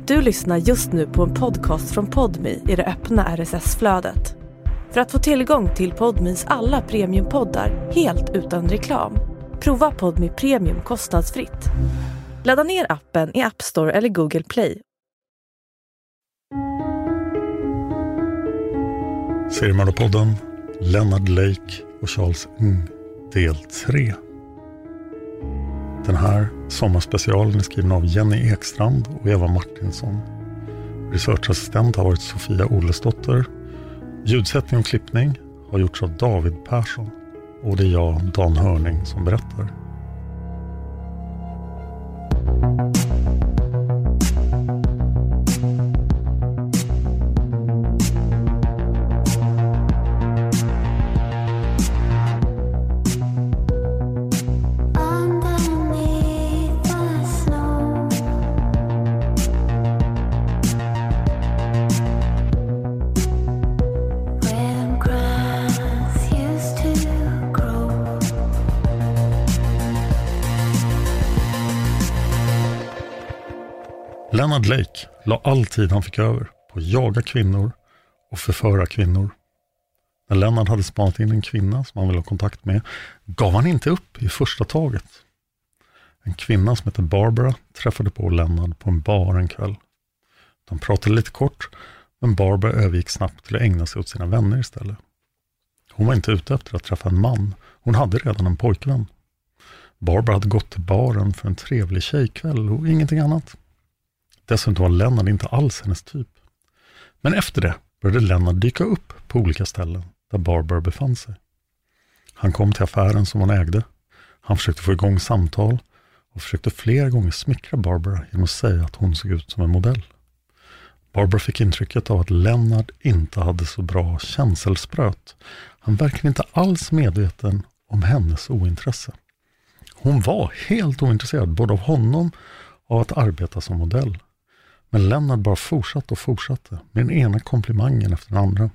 Du lyssnar just nu på en podcast från Podme i det öppna RSS-flödet. För att få tillgång till Podmes alla premiumpoddar helt utan reklam, prova Podme Premium kostnadsfritt. Ladda ner appen i App Store eller Google Play. Seriemördarpodden, Leonard Lake och Charles Ng, del 3. Den här sommarspecialen är skriven av Jenny Ekstrand och Eva Martinsson. Researchassistent har varit Sofia Olesdotter. Ljudsättning och klippning har gjorts av David Persson. Och det är jag, Dan Hörning, som berättar. Leonard Lake la all tid han fick över på att jaga kvinnor och förföra kvinnor. När Leonard hade spanat in en kvinna som han ville ha kontakt med gav han inte upp i första taget. En kvinna som heter Barbara träffade på Leonard på en bar en kväll. De pratade lite kort, men Barbara övergick snabbt till att ägna sig åt sina vänner istället. Hon var inte ute efter att träffa en man, hon hade redan en pojkvän. Barbara hade gått till baren för en trevlig tjejkväll och ingenting annat. Dessutom var Leonard inte alls hennes typ. Men efter det började Leonard dyka upp på olika ställen där Barbara befann sig. Han kom till affären som hon ägde. Han försökte få igång samtal och försökte flera gånger smickra Barbara genom att säga att hon såg ut som en modell. Barbara fick intrycket av att Leonard inte hade så bra känselspröt. Han verkade inte alls medveten om hennes ointresse. Hon var helt ointresserad både av honom och av att arbeta som modell. Men Leonard bara fortsatte med den ena komplimangen efter den andra.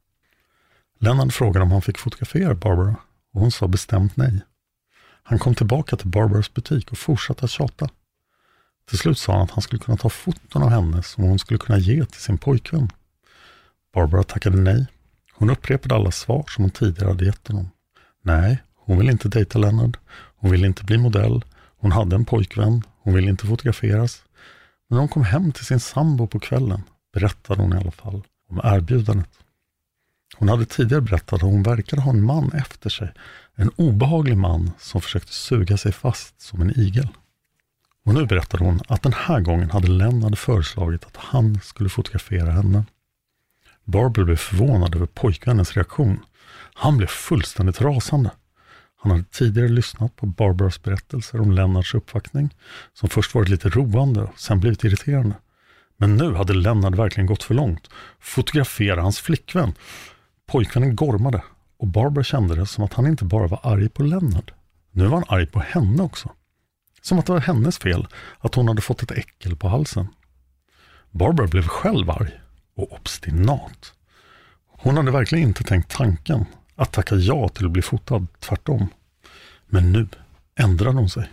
Leonard frågade om han fick fotografera Barbara och hon sa bestämt nej. Han kom tillbaka till Barbaras butik och fortsatte att tjata. Till slut sa han att han skulle kunna ta foton av henne som hon skulle kunna ge till sin pojkvän. Barbara tackade nej. Hon upprepade alla svar som hon tidigare hade gett honom. Nej, hon ville inte dejta Leonard. Hon ville inte bli modell. Hon hade en pojkvän. Hon ville inte fotograferas. Men när hon kom hem till sin sambo på kvällen berättade hon i alla fall om erbjudandet. Hon hade tidigare berättat att hon verkade ha en man efter sig. En obehaglig man som försökte suga sig fast som en igel. Och nu berättade hon att den här gången hade Leonard föreslagit att han skulle fotografera henne. Barbara blev förvånad över pojkvännens reaktion. Han blev fullständigt rasande. Han hade tidigare lyssnat på Barbaras berättelser om Leonards uppvaktning, som först varit lite roande och sen blivit irriterande. Men nu hade Leonard verkligen gått för långt. Fotografera hans flickvän. Pojkvännen gormade och Barbara kände det som att han inte bara var arg på Leonard. Nu var han arg på henne också. Som att det var hennes fel att hon hade fått ett äckel på halsen. Barbara blev själv arg och obstinat. Hon hade verkligen inte tänkt tanken att tacka ja till att bli fotad, tvärtom. Men nu ändrade hon sig.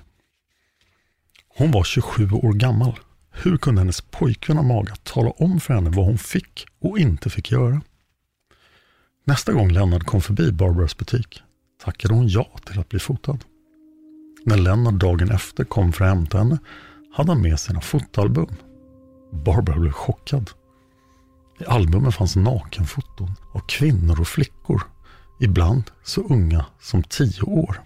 Hon var 27 år gammal. Hur kunde hennes pojkvän ha mage att tala om för henne vad hon fick och inte fick göra? Nästa gång Leonard kom förbi Barbaras butik tackade hon ja till att bli fotad. När Leonard dagen efter kom för att hämta henne hade han med sina fotoalbum. Barbara blev chockad. I albumen fanns nakenfoton av kvinnor och flickor. Ibland så unga som 10 år.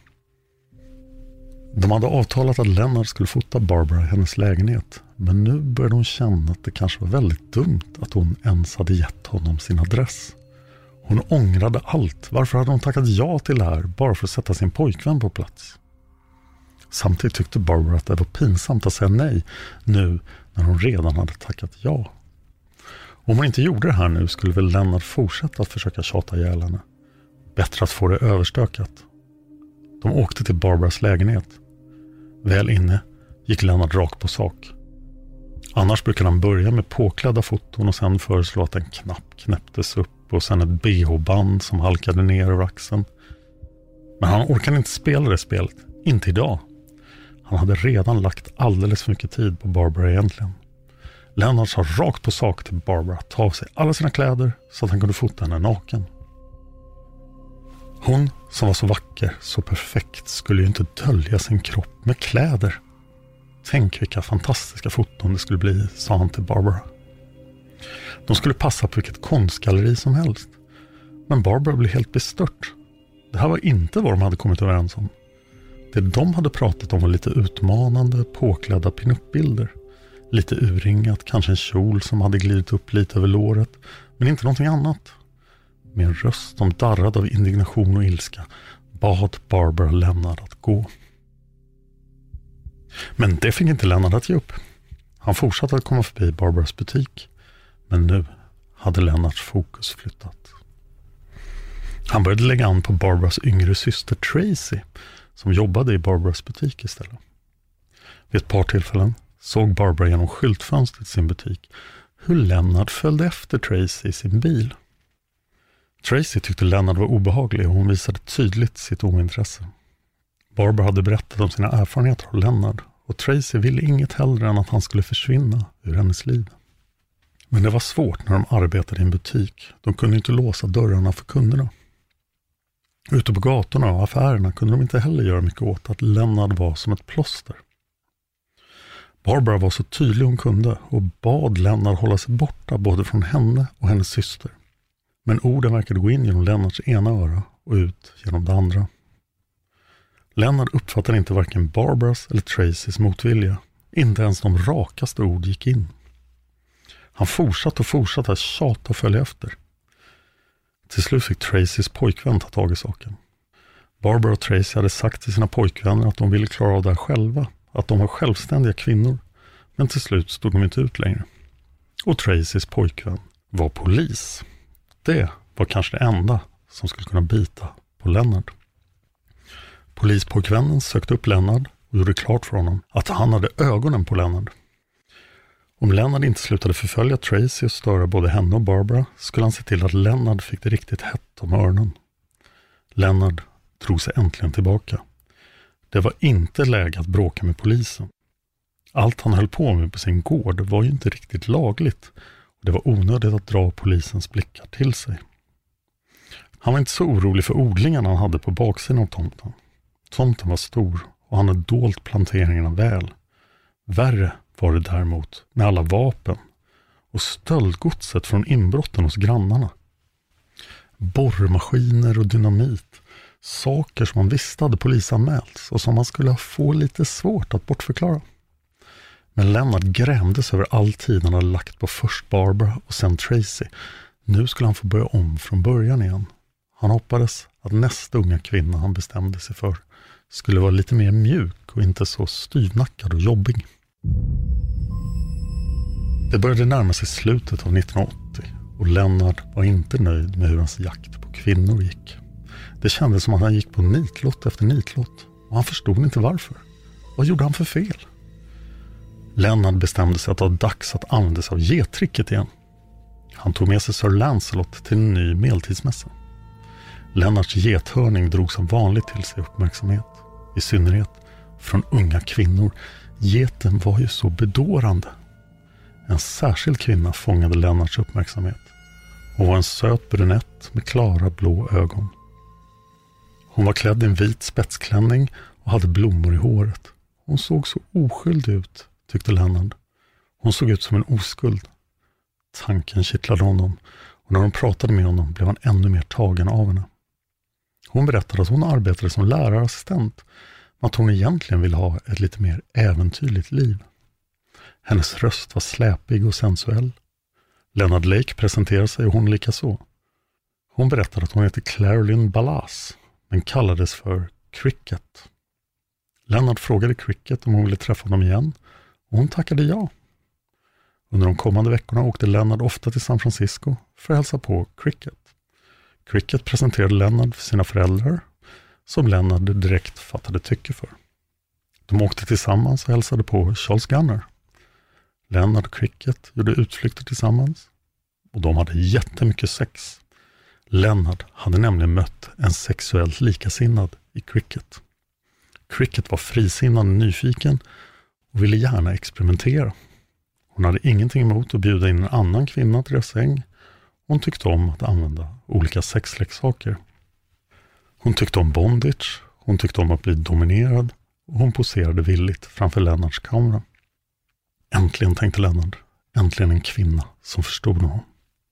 De hade avtalat att Leonard skulle fota Barbara i hennes lägenhet. Men nu började hon känna att det kanske var väldigt dumt att hon ens hade gett honom sin adress. Hon ångrade allt. Varför hade hon tackat ja till det här bara för att sätta sin pojkvän på plats? Samtidigt tyckte Barbara att det var pinsamt att säga nej nu när hon redan hade tackat ja. Om hon inte gjorde det här nu skulle väl Leonard fortsätta att försöka tjata ihjäl henne. Bättre att få det överstökat. De åkte till Barbaras lägenhet. Väl inne gick Leonard rakt på sak. Annars brukar han börja med påklädda foton och sen föreslå att en knapp knäpptes upp och sen ett BH-band som halkade ner över axeln. Men han orkade inte spela det spelet. Inte idag. Han hade redan lagt alldeles för mycket tid på Barbara egentligen. Leonard sa rakt på sak till Barbara att ta av sig alla sina kläder så att han kunde fota henne naken. Hon som var så vacker, så perfekt, skulle ju inte dölja sin kropp med kläder. Tänk vilka fantastiska foton det skulle bli, sa han till Barbara. De skulle passa på vilket konstgalleri som helst. Men Barbara blev helt bestört. Det här var inte vad de hade kommit överens om. Det de hade pratat om var lite utmanande, påklädda pinup-bilder. Lite urringat, kanske en kjol som hade glidit upp lite över låret. Men inte någonting annat. Med en röst som darrade av indignation och ilska bad Barbara Leonard att gå. Men det fick inte Leonard att ge upp. Han fortsatte att komma förbi Barbaras butik. Men nu hade Leonards fokus flyttat. Han började lägga an på Barbaras yngre syster Tracy, som jobbade i Barbaras butik istället. Vid ett par tillfällen såg Barbara genom skyltfönstret i sin butik hur Leonard följde efter Tracy i sin bil. Tracy tyckte Leonard var obehaglig och hon visade tydligt sitt ointresse. Barbara hade berättat om sina erfarenheter av Leonard och Tracy ville inget hellre än att han skulle försvinna ur hennes liv. Men det var svårt när de arbetade i en butik. De kunde inte låsa dörrarna för kunderna. Ute på gatorna och affärerna kunde de inte heller göra mycket åt att Leonard var som ett plåster. Barbara var så tydlig hon kunde och bad Leonard hålla sig borta både från henne och hennes syster. Men orden verkade gå in genom Leonards ena öra och ut genom det andra. Leonard uppfattade inte varken Barbaras eller Tracys motvilja. Inte ens de rakaste ord gick in. Han fortsatte att tjata och följa efter. Till slut fick Tracys pojkvän ta tag i saken. Barbara och Tracy hade sagt till sina pojkvänner att de ville klara av det här själva. Att de var självständiga kvinnor. Men till slut stod de inte ut längre. Och Tracys pojkvän var polis. Det var kanske det enda som skulle kunna bita på Leonard. Polispojkvännen sökte upp Leonard och gjorde klart för honom att han hade ögonen på Leonard. Om Leonard inte slutade förfölja Tracy och störa både henne och Barbara skulle han se till att Leonard fick det riktigt hett om öronen. Leonard drog sig äntligen tillbaka. Det var inte läge att bråka med polisen. Allt han höll på med på sin gård var ju inte riktigt lagligt och det var onödigt att dra polisens blickar till sig. Han var inte så orolig för odlingarna han hade på baksidan av tomten. Tomten var stor och han hade dolt planteringarna väl. Värre var det däremot med alla vapen och stöldgodset från inbrotten hos grannarna. Borrmaskiner och dynamit, saker som man visste hade polisanmälts och som man skulle få lite svårt att bortförklara. Men Leonard grämdes över all tid han hade lagt på först Barbara och sen Tracy. Nu skulle han få börja om från början igen. Han hoppades att nästa unga kvinna han bestämde sig för skulle vara lite mer mjuk och inte så styvnackad och jobbig. Det började närma sig slutet av 1980 och Leonard var inte nöjd med hur hans jakt på kvinnor gick. Det kändes som att han gick på nitlott efter nitlott och han förstod inte varför. Vad gjorde han för fel? Leonard bestämde sig att det var dags att använda sig av getricket igen. Han tog med sig Sir Lancelot till en ny medeltidsmässa. Leonards gethörning drog som vanligt till sig uppmärksamhet, i synnerhet från unga kvinnor. Geten var ju så bedårande. En särskild kvinna fångade Leonards uppmärksamhet. Hon var en söt brunett med klara blå ögon. Hon var klädd i en vit spetsklänning och hade blommor i håret. Hon såg så oskyldig ut, tyckte Leonard. Hon såg ut som en oskuld. Tanken kittlade honom och när de pratade med honom blev han ännu mer tagen av henne. Hon berättade att hon arbetade som lärarassistent men att hon egentligen ville ha ett lite mer äventyrligt liv. Hennes röst var släpig och sensuell. Leonard Lake presenterade sig och hon likaså. Hon berättade att hon heter Clairlyn Ballas men kallades för Cricket. Leonard frågade Cricket om hon ville träffa honom igen och hon tackade ja. Under de kommande veckorna åkte Leonard ofta till San Francisco för att hälsa på Cricket. Cricket presenterade Leonard för sina föräldrar som Leonard direkt fattade tycke för. De åkte tillsammans och hälsade på Charles Gunner. Leonard och Cricket gjorde utflykter tillsammans och de hade jättemycket sex. Leonard hade nämligen mött en sexuellt likasinnad i Cricket. Cricket var frisinnad och nyfiken och ville gärna experimentera. Hon hade ingenting emot att bjuda in en annan kvinna till deras säng. Hon tyckte om att använda olika sexleksaker. Hon tyckte om bondage, hon tyckte om att bli dominerad och hon poserade villigt framför Leonards kamera. Äntligen, tänkte Leonard, äntligen en kvinna som förstod honom.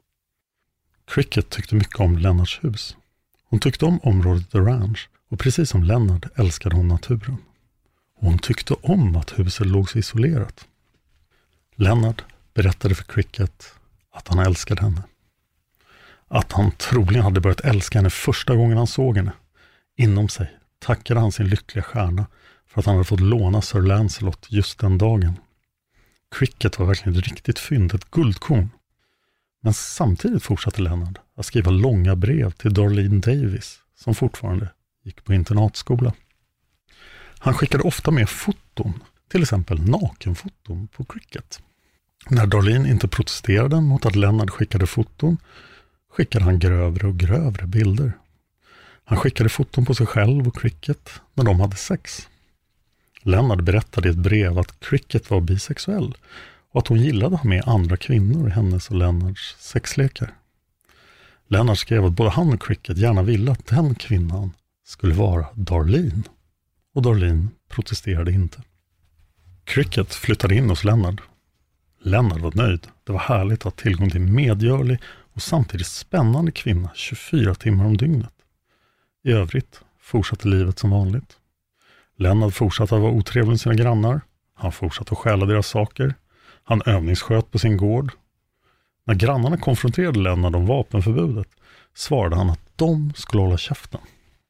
Cricket tyckte mycket om Leonards hus. Hon tyckte om området The Ranch och precis som Leonard älskade hon naturen. Hon tyckte om att huset låg så isolerat. Leonard berättade för Cricket att han älskade henne. Att han troligen hade börjat älska henne första gången han såg henne. Inom sig tackade han sin lyckliga stjärna för att han hade fått låna Sir Lancelot just den dagen. Cricket var verkligen ett riktigt fynd, ett guldkorn. Men samtidigt fortsatte Leonard att skriva långa brev till Darlene Davis som fortfarande gick på internatskola. Han skickade ofta med foton, till exempel nakenfoton på Cricket. När Darlene inte protesterade mot att Leonard skickade foton skickade han grövre och grövre bilder. Han skickade foton på sig själv och Cricket när de hade sex. Leonard berättade i ett brev att Cricket var bisexuell och att hon gillade att ha med andra kvinnor i hennes och Leonards sexlekar. Leonard skrev att både han och Cricket gärna ville att den kvinnan skulle vara Darlene. Och Darlene protesterade inte. Cricket flyttade in hos Leonard. Leonard var nöjd. Det var härligt att ha tillgång till en medgörlig och samtidigt spännande kvinna 24 timmar om dygnet. I övrigt fortsatte livet som vanligt. Leonard fortsatte att vara otrevlig med sina grannar. Han fortsatte att stjäla deras saker. Han övningssköt på sin gård. När grannarna konfronterade Leonard om vapenförbudet svarade han att de skulle hålla käften.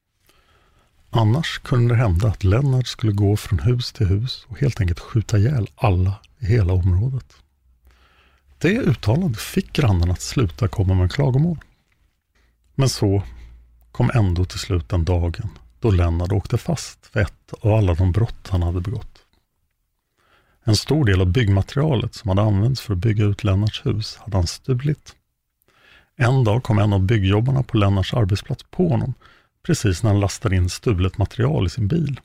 Annars kunde det hända att Leonard skulle gå från hus till hus och helt enkelt skjuta ihjäl alla i hela området. Det uttalandet fick grannarna att sluta komma med klagomål. Men så kom ändå till slut den dagen då Leonard åkte fast för ett av alla de brott han hade begått. En stor del av byggmaterialet som hade använts för att bygga ut Leonards hus hade han stulit. En dag kom en av byggjobbarna på Leonards arbetsplats på honom precis när han lastade in stulet material i sin bil.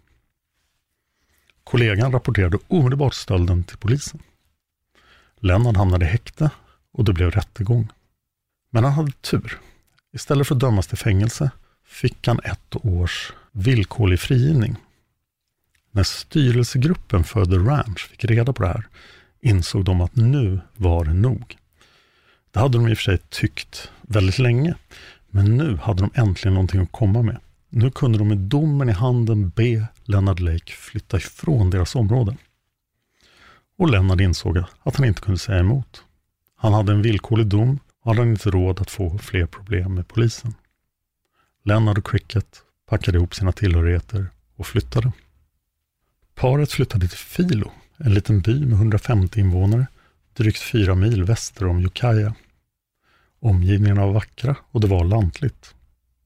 Kollegan rapporterade omedelbart stölden till polisen. Leonard hamnade i häkte och det blev rättegång. Men han hade tur. Istället för att dömas till fängelse fick han 1 års villkorlig frigivning. När styrelsegruppen för The Ranch fick reda på det här insåg de att nu var det nog. Det hade de i och för sig tyckt väldigt länge, men nu hade de äntligen någonting att komma med. Nu kunde de med domen i handen be Leonard Lake flytta ifrån deras område. Och Leonard insåg att han inte kunde säga emot. Han hade en villkorlig dom och hade inte råd att få fler problem med polisen. Leonard och Cricket packade ihop sina tillhörigheter och flyttade. Paret flyttade till Filo, en liten by med 150 invånare, drygt 4 mil väster om Ukiah. Omgivningarna var vackra och det var lantligt.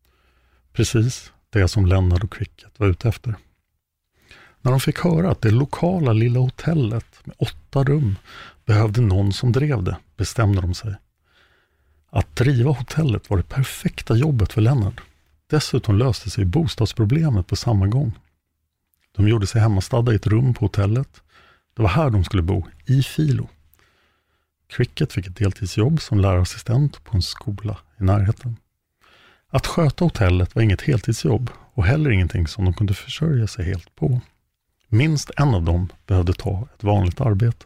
Precis det som Leonard och Cricket var ute efter. När de fick höra att det lokala lilla hotellet med 8 rum behövde någon som drev det, bestämde de sig. Att driva hotellet var det perfekta jobbet för Leonard. Dessutom löste sig bostadsproblemet på samma gång. De gjorde sig hemmastadda i ett rum på hotellet. Det var här de skulle bo, i Filo. Cricket fick ett deltidsjobb som lärarassistent på en skola i närheten. Att sköta hotellet var inget heltidsjobb och heller ingenting som de kunde försörja sig helt på. Minst en av dem behövde ta ett vanligt arbete.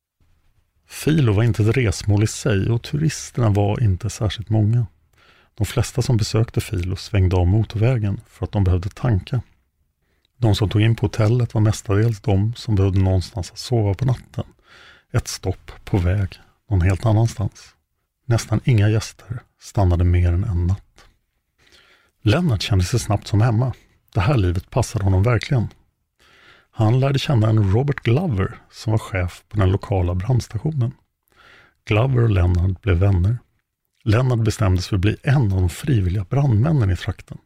Filo var inte ett resmål i sig och turisterna var inte särskilt många. De flesta som besökte Filo svängde av motorvägen för att de behövde tanka. De som tog in på hotellet var mestadels de som behövde någonstans att sova på natten. Ett stopp på väg någon helt annanstans. Nästan inga gäster stannade mer än en natt. Leonard kände sig snabbt som hemma. Det här livet passade honom verkligen. Han lärde känna en Robert Glover som var chef på den lokala brandstationen. Glover och Leonard blev vänner. Leonard bestämdes för att bli en av de frivilliga brandmännen i trakten.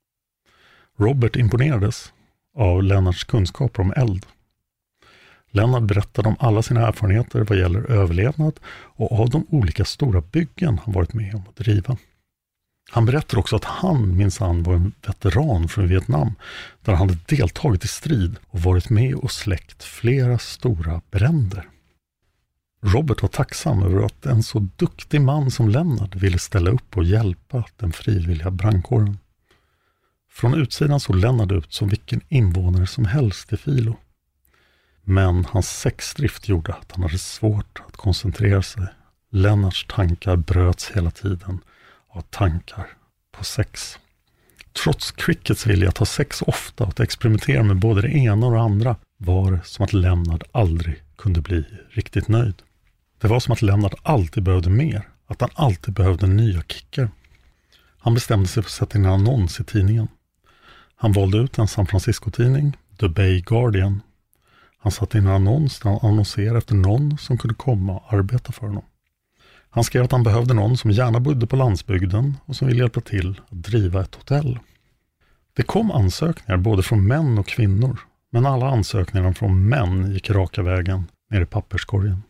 Robert imponerades av Leonards kunskaper om eld. Leonard berättade om alla sina erfarenheter vad gäller överlevnad och av de olika stora byggen han varit med om att driva. Han berättade också att han minsann var en veteran från Vietnam där han hade deltagit i strid och varit med och släckt flera stora bränder. Robert var tacksam över att en så duktig man som Lennart ville ställa upp och hjälpa den frivilliga brandkåren. Från utsidan såg Lennart ut som vilken invånare som helst i Filo. Men hans sexdrift gjorde att han hade svårt att koncentrera sig. Lennarts tankar bröts hela tiden av tankar på sex. Trots Crickets vilja att ha sex ofta och att experimentera med både det ena och det andra var det som att Lennart aldrig kunde bli riktigt nöjd. Det var som att Lennart alltid behövde mer, att han alltid behövde nya kickar. Han bestämde sig för att sätta in en annons i tidningen. Han valde ut en San Francisco-tidning, The Bay Guardian. Han satte in en annons där han annonserade efter någon som kunde komma och arbeta för honom. Han skrev att han behövde någon som gärna bodde på landsbygden och som ville hjälpa till att driva ett hotell. Det kom ansökningar både från män och kvinnor, men alla ansökningar från män gick raka vägen ner i papperskorgen.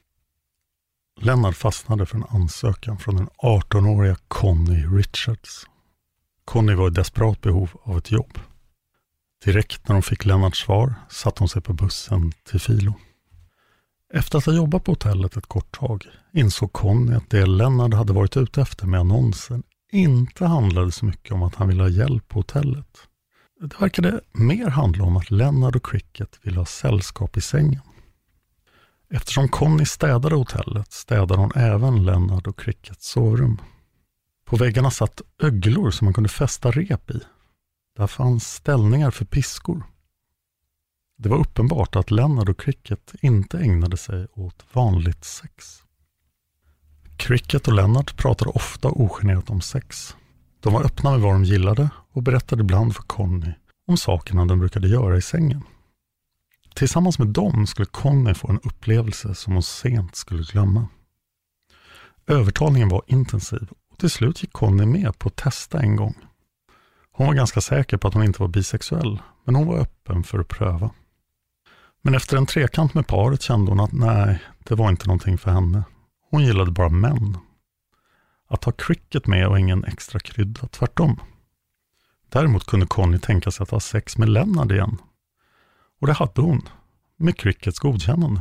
Lennart fastnade för en ansökan från den 18-åriga Connie Richards. Connie var i desperat behov av ett jobb. Direkt när hon fick Lennarts svar satte hon sig på bussen till Filo. Efter att ha jobbat på hotellet ett kort tag insåg Connie att det Lennart hade varit ute efter med annonsen inte handlade så mycket om att han ville ha hjälp på hotellet. Det verkade mer handla om att Lennart och Cricket ville ha sällskap i sängen. Eftersom Connie städade hotellet städade hon även Lennart och Crickets sovrum. På väggarna satt öglor som man kunde fästa rep i. Där fanns ställningar för piskor. Det var uppenbart att Lennart och Cricket inte ägnade sig åt vanligt sex. Cricket och Lennart pratade ofta ogenerat om sex. De var öppna med vad de gillade och berättade ibland för Connie om sakerna de brukade göra i sängen. Tillsammans med dem skulle Connie få en upplevelse som hon sent skulle glömma. Övertalningen var intensiv och till slut gick Connie med på att testa en gång. Hon var ganska säker på att hon inte var bisexuell, men hon var öppen för att pröva. Men efter en trekant med paret kände hon att nej, det var inte någonting för henne. Hon gillade bara män. Att ha Cricket med och ingen extra krydda, tvärtom. Däremot kunde Connie tänka sig att ha sex med Lennart igen. Och det hade hon, med Crickets godkännande.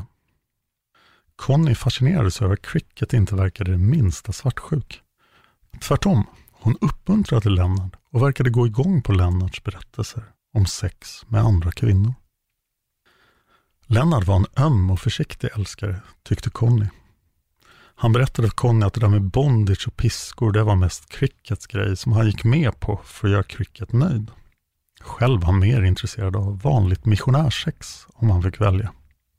Connie fascinerades över att Cricket inte verkade det minsta svartsjuk. Tvärtom, hon uppmuntrade Lennart och verkade gå igång på Lennarts berättelser om sex med andra kvinnor. Lennart var en öm och försiktig älskare, tyckte Connie. Han berättade för Connie att det där med bondage och piskor, det var mest Crickets grej som han gick med på för att göra Cricket nöjd. Själv var han mer intresserad av vanligt missionärsex om han fick välja.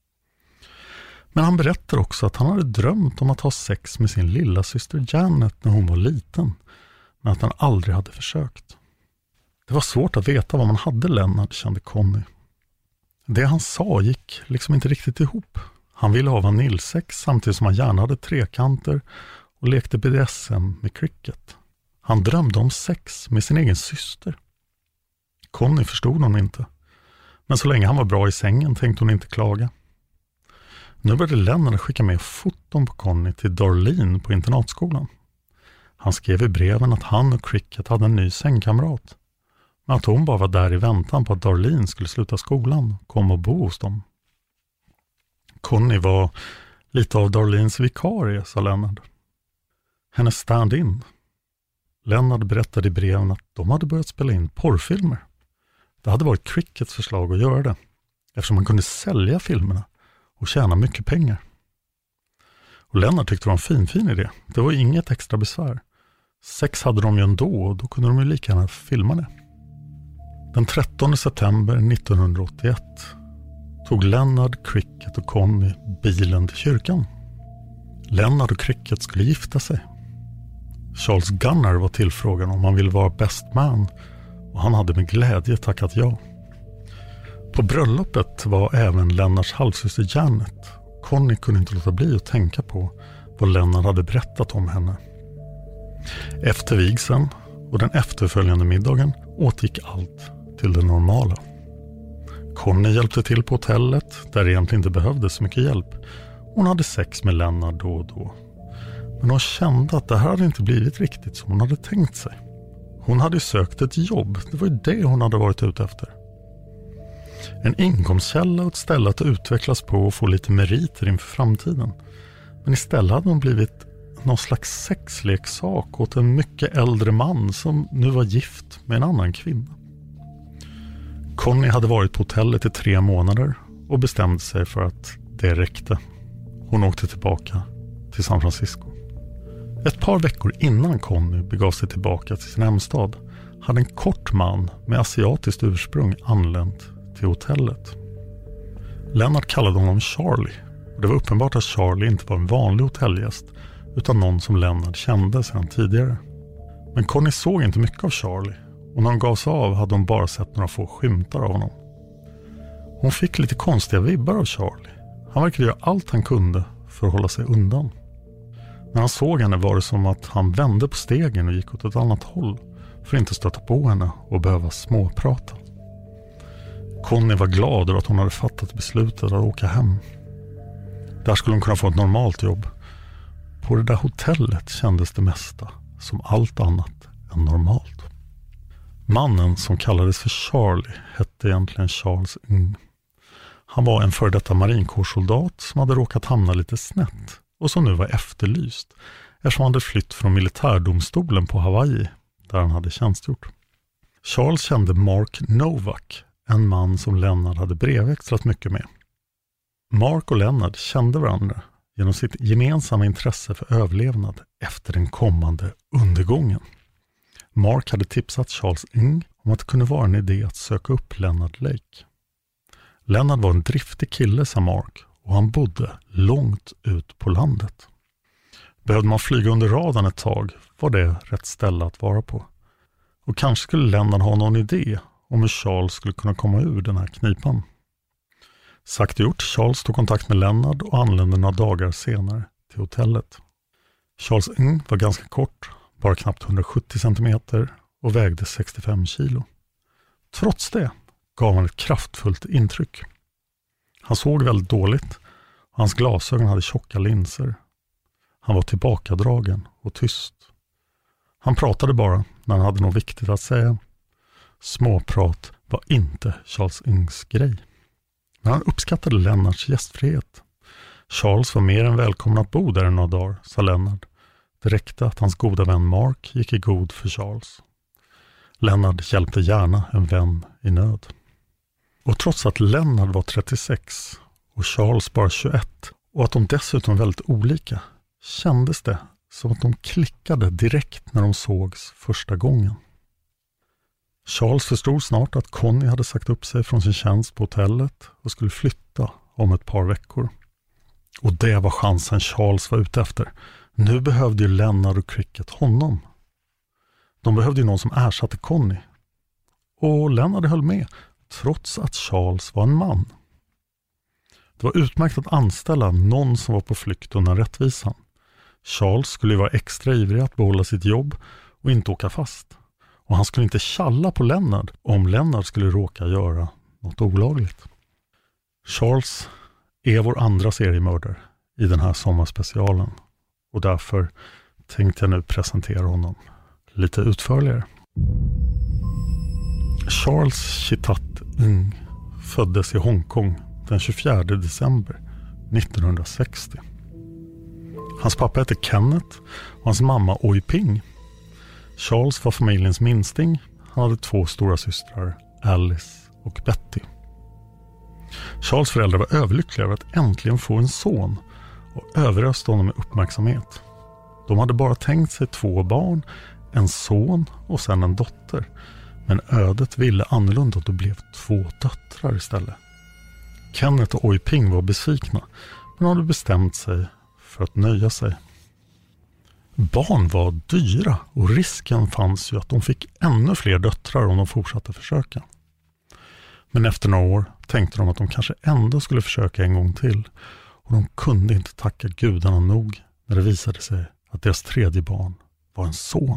Men han berättade också att han hade drömt om att ha sex med sin lilla syster Janet när hon var liten, men att han aldrig hade försökt. Det var svårt att veta vad man hade Lennart, kände Connie. Det han sa gick liksom inte riktigt ihop. Han ville ha vaniljsex samtidigt som han gärna hade trekanter och lekte BDSM med Cricket. Han drömde om sex med sin egen syster. Connie förstod hon inte. Men så länge han var bra i sängen tänkte hon inte klaga. Nu började Lennart skicka med foton på Connie till Darlene på internatskolan. Han skrev i breven att han och Cricket hade en ny sängkamrat. Men att hon bara var där i väntan på att Darlene skulle sluta skolan och komma och bo hos dem. Connie var lite av Darlenes vikarie, sa Lennart. Hennes stand-in. Lennart berättade i breven att de hade börjat spela in porrfilmer. Det hade varit Crickets förslag att göra det, eftersom man kunde sälja filmerna och tjäna mycket pengar. Och Lennart tyckte det var en fin idé. Det var inget extra besvär. Sex hade de ju ändå och då kunde de ju lika gärna filma det. Den 13 september 1981 tog Lennart, Cricket och Connie bilen till kyrkan. Lennart och Cricket skulle gifta sig. Charles Gunnar var tillfrågan om han ville vara best man och han hade med glädje tackat ja. På bröllopet var även Lennarts halvsyster Janet. Connie kunde inte låta bli att tänka på vad Lennart hade berättat om henne. Efter vigseln och den efterföljande middagen återgick allt till det normala. Connie hjälpte till på hotellet där det egentligen inte behövdes så mycket hjälp. Hon hade sex med Lennart då och då. Men hon kände att det här hade inte blivit riktigt som hon hade tänkt sig. Hon hade sökt ett jobb, det var ju det hon hade varit ute efter. En inkomstkälla och ett ställe att utvecklas på och få lite meriter inför framtiden. Men istället hade hon blivit någon slags sexleksak åt en mycket äldre man som nu var gift med en annan kvinna. Connie hade varit på hotellet i 3 månader och bestämde sig för att det räckte. Hon åkte tillbaka till San Francisco. Ett par veckor innan Connie begav sig tillbaka till sin hemstad hade en kort man med asiatiskt ursprung anlänt till hotellet. Lennart kallade honom Charlie och det var uppenbart att Charlie inte var en vanlig hotellgäst utan någon som Lennart kände sedan tidigare. Men Connie såg inte mycket av Charlie och när hon gav sig av hade hon bara sett några få skymtar av honom. Hon fick lite konstiga vibbar av Charlie. Han verkade göra allt han kunde för att hålla sig undan. När han såg henne var det som att han vände på stegen och gick åt ett annat håll för att inte stöta på henne och behöva småprata. Connie var glad över att hon hade fattat beslutet att åka hem. Där skulle hon kunna få ett normalt jobb. På det där hotellet kändes det mesta som allt annat än normalt. Mannen som kallades för Charlie hette egentligen Charles Ng. Han var en före detta marinkårssoldat som hade råkat hamna lite snett och som nu var efterlyst eftersom han hade flytt från militärdomstolen på Hawaii där han hade tjänstgjort. Charles kände Mark Novak, en man som Lennart hade brevväxlat mycket med. Mark och Lennart kände varandra genom sitt gemensamma intresse för överlevnad efter den kommande undergången. Mark hade tipsat Charles Ng om att det kunde vara en idé att söka upp Leonard Lake. Lennart var en driftig kille, sa Mark, och han bodde långt ut på landet. Behövde man flyga under radarn ett tag var det rätt ställe att vara på. Och kanske skulle Lennart ha någon idé om hur Charles skulle kunna komma ur den här knipan. Sagt och gjort, Charles tog kontakt med Lennart och anlände några dagar senare till hotellet. Charles Ng var ganska kort, bara knappt 170 cm och vägde 65 kilo. Trots det gav han ett kraftfullt intryck. Han såg väldigt dåligt och hans glasögon hade tjocka linser. Han var tillbakadragen och tyst. Han pratade bara när han hade något viktigt att säga. Småprat var inte Charles Ngs grej. Men han uppskattade Lennarts gästfrihet. Charles var mer än välkommen att bo där några dagar, sa Lennart. Det räckte att hans goda vän Mark gick i god för Charles. Lennart hjälpte gärna en vän i nöd. Och trots att Lennart var 36 och Charles bara 21 och att de dessutom var väldigt olika, kändes det som att de klickade direkt när de sågs första gången. Charles förstod snart att Connie hade sagt upp sig från sin tjänst på hotellet och skulle flytta om ett par veckor. Och det var chansen Charles var ute efter. Nu behövde ju Lennart och Cricket honom. De behövde ju någon som ersatte Connie. Och Lennart höll med, trots att Charles var en man. Det var utmärkt att anställa någon som var på flykt undan rättvisan. Charles skulle ju vara extra ivrig att behålla sitt jobb och inte åka fast. Och han skulle inte tjalla på Lennart om Lennart skulle råka göra något olagligt. Charles är vår andra seriemördare i den här sommarspecialen. Och därför tänkte jag nu presentera honom lite utförligare. Charles Chitat Ng föddes i Hongkong den 24 december 1960. Hans pappa hette Kenneth och hans mamma Oi Ping. Charles var familjens minsting. Han hade 2 stora systrar, Alice och Betty. Charles föräldrar var överlyckliga över att äntligen få en son och överöste honom med uppmärksamhet. De hade bara tänkt sig 2 barn, en son och sen en dotter. Men ödet ville annorlunda och det blev 2 döttrar istället. Kenneth och Oi Ping var besvikna men hade bestämt sig för att nöja sig. Barn var dyra och risken fanns ju att de fick ännu fler döttrar om de fortsatte försöka. Men efter några år tänkte de att de kanske ändå skulle försöka en gång till och de kunde inte tacka gudarna nog när det visade sig att deras 3:e barn var en son.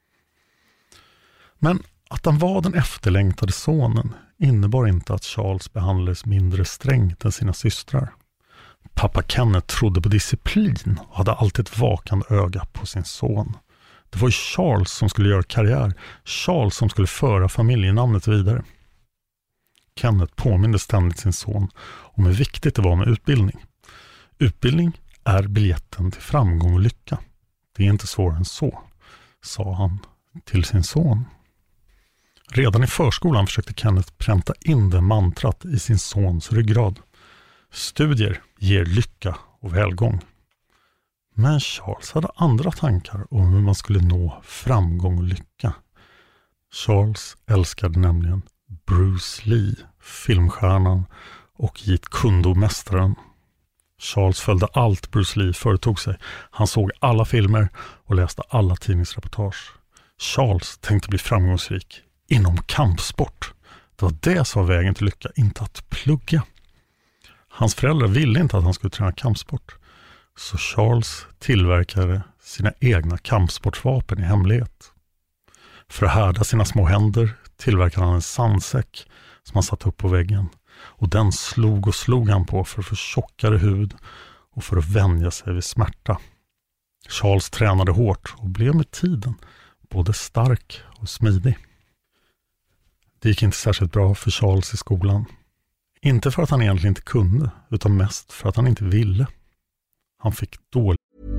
Men att han var den efterlängtade sonen innebar inte att Charles behandlades mindre strängt än sina systrar. Pappa Kenneth trodde på disciplin och hade alltid ett vakande öga på sin son. Det var ju Charles som skulle göra karriär, Charles som skulle föra familjenamnet vidare. Kenneth påminde ständigt sin son om hur viktigt det var med utbildning. Utbildning är biljetten till framgång och lycka. Det är inte svårare än så, sa han till sin son. Redan i förskolan försökte Kenneth pränta in det mantrat i sin sons ryggrad. Studier ger lycka och välgång. Men Charles hade andra tankar om hur man skulle nå framgång och lycka. Charles älskade nämligen Bruce Lee, filmstjärnan och Jeet Kune-Do-mästaren. Charles följde allt Bruce Lee företog sig. Han såg alla filmer och läste alla tidningsreportage. Charles tänkte bli framgångsrik inom kampsport. Det var det som var vägen till lycka, inte att plugga. Hans föräldrar ville inte att han skulle träna kampsport. Så Charles tillverkade sina egna kampsportsvapen i hemlighet. För att härda sina små händer tillverkade han en sandsäck som han satte upp på väggen. Och den slog han på för att få tjockare hud och för att vänja sig vid smärta. Charles tränade hårt och blev med tiden både stark och smidig. Det gick inte särskilt bra för Charles i skolan. Inte för att han egentligen inte kunde, utan mest för att han inte ville. Han fick dålig.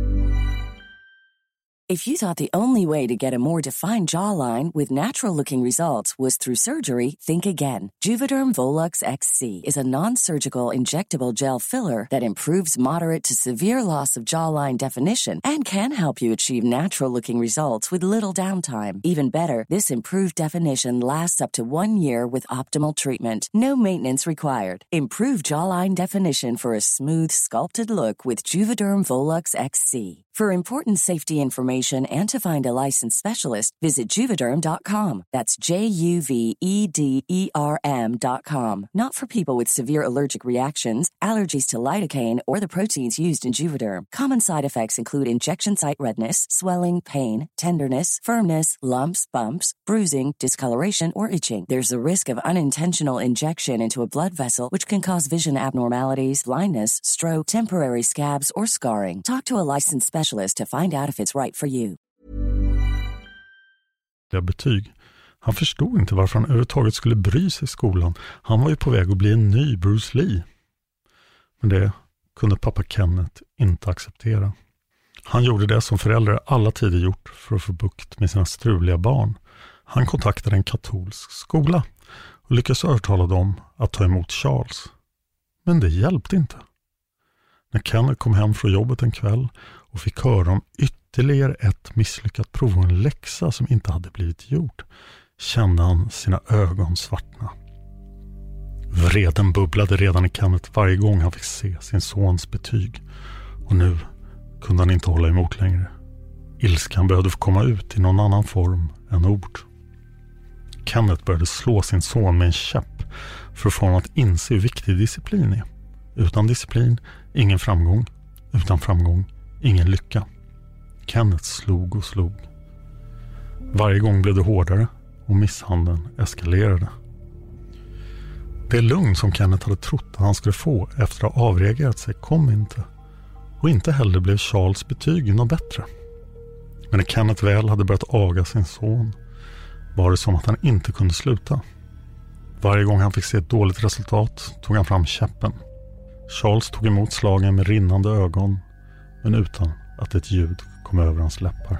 If you thought the only way to get a more defined jawline with natural-looking results was through surgery, think again. Juvederm Volux XC is a non-surgical injectable gel filler that improves moderate to severe loss of jawline definition and can help you achieve natural-looking results with little downtime. Even better, this improved definition lasts up to 1 year with optimal treatment. No maintenance required. Improve jawline definition for a smooth, sculpted look with Juvederm Volux XC. For important safety information and to find a licensed specialist, visit Juvederm.com. That's Juvederm.com. Not for people with severe allergic reactions, allergies to lidocaine, or the proteins used in Juvederm. Common side effects include injection site redness, swelling, pain, tenderness, firmness, lumps, bumps, bruising, discoloration, or itching. There's a risk of unintentional injection into a blood vessel, which can cause vision abnormalities, blindness, stroke, temporary scabs, or scarring. Talk to a licensed specialist to find out if it's right for you. Betyg. Han förstod inte varför han överhuvudtaget skulle bry sig i skolan. Han var ju på väg att bli en ny Bruce Lee. Men det kunde pappa Kenneth inte acceptera. Han gjorde det som föräldrar alla tider gjort för att få bukt med sina struliga barn. Han kontaktade en katolsk skola och lyckades övertala dem att ta emot Charles. Men det hjälpte inte. När Kenneth kom hem från jobbet en kväll och fick höra om ytterligare ett misslyckat prov och en läxa som inte hade blivit gjord, kände han sina ögon svartna. Vreden bubblade redan i Kenneth varje gång han fick se sin sons betyg. Och nu kunde han inte hålla emot längre. Ilskan behövde få komma ut i någon annan form än ord. Kenneth började slå sin son med en käpp för att få honom att inse hur viktig disciplin är. Utan disciplin, ingen framgång. Utan framgång, ingen lycka. Kenneth slog och slog. Varje gång blev det hårdare och misshandeln eskalerade. Det lugn som Kenneth hade trott att han skulle få efter att ha avreagerat sig kom inte. Och inte heller blev Charles betyg något bättre. Men när Kenneth väl hade börjat aga sin son var det som att han inte kunde sluta. Varje gång han fick se ett dåligt resultat tog han fram käppen. Charles tog emot slagen med rinnande ögon, men utan att ett ljud kom över hans läppar.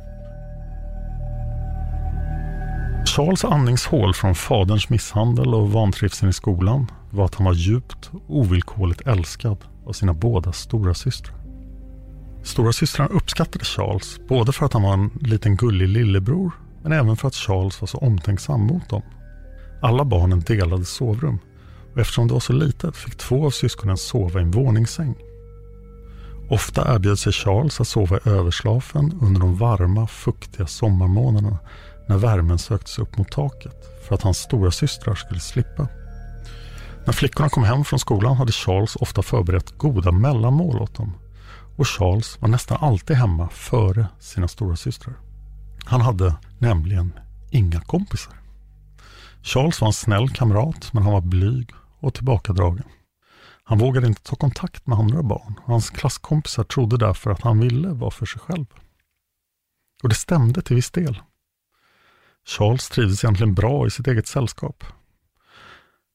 Charles andningshål från faderns misshandel och vantrivseln i skolan var att han var djupt och ovillkorligt älskad av sina båda stora systrar. Stora systrarna uppskattade Charles både för att han var en liten gullig lillebror, men även för att Charles var så omtänksam mot dem. Alla barnen delade sovrum. Och eftersom det var så litet fick 2 av syskonen sova i en våningssäng. Ofta erbjöd sig Charles att sova i överslafen under de varma, fuktiga sommarmånaderna när värmen söktes upp mot taket för att hans stora systrar skulle slippa. När flickorna kom hem från skolan hade Charles ofta förberett goda mellanmål åt dem. Och Charles var nästan alltid hemma före sina stora systrar. Han hade nämligen inga kompisar. Charles var en snäll kamrat, men han var blyg och tillbakadragen. Han vågade inte ta kontakt med andra barn. Hans klasskompisar trodde därför att han ville vara för sig själv. Och det stämde till viss del. Charles trivdes egentligen bra i sitt eget sällskap.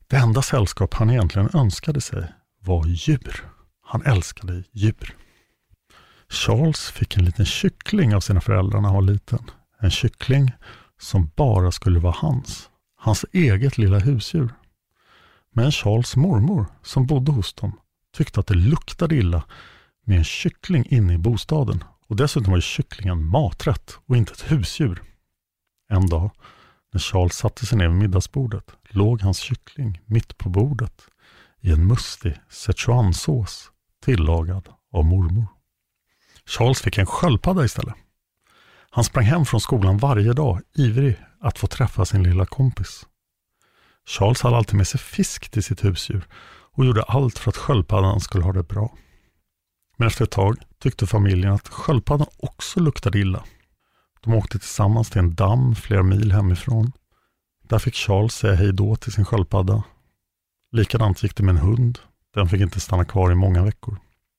Det enda sällskap han egentligen önskade sig var djur. Han älskade djur. Charles fick en liten kyckling av sina föräldrar när han var liten. En kyckling som bara skulle vara hans eget lilla husdjur. Men Charles mormor som bodde hos dem tyckte att det luktade illa med en kyckling inne i bostaden. Och dessutom var ju kycklingen maträtt och inte ett husdjur. En dag när Charles satte sig ner vid middagsbordet låg hans kyckling mitt på bordet i en mustig Szechuansås tillagad av mormor. Charles fick en sköldpadda istället. Han sprang hem från skolan varje dag, ivrig att få träffa sin lilla kompis. Charles hade alltid med sig fisk till sitt husdjur och gjorde allt för att sköldpaddan skulle ha det bra. Men efter ett tag tyckte familjen att sköldpaddan också luktade illa. De åkte tillsammans till en damm flera mil hemifrån. Där fick Charles säga hej då till sin sköldpadda. Likadant gick det med en hund. Den fick inte stanna kvar i många veckor.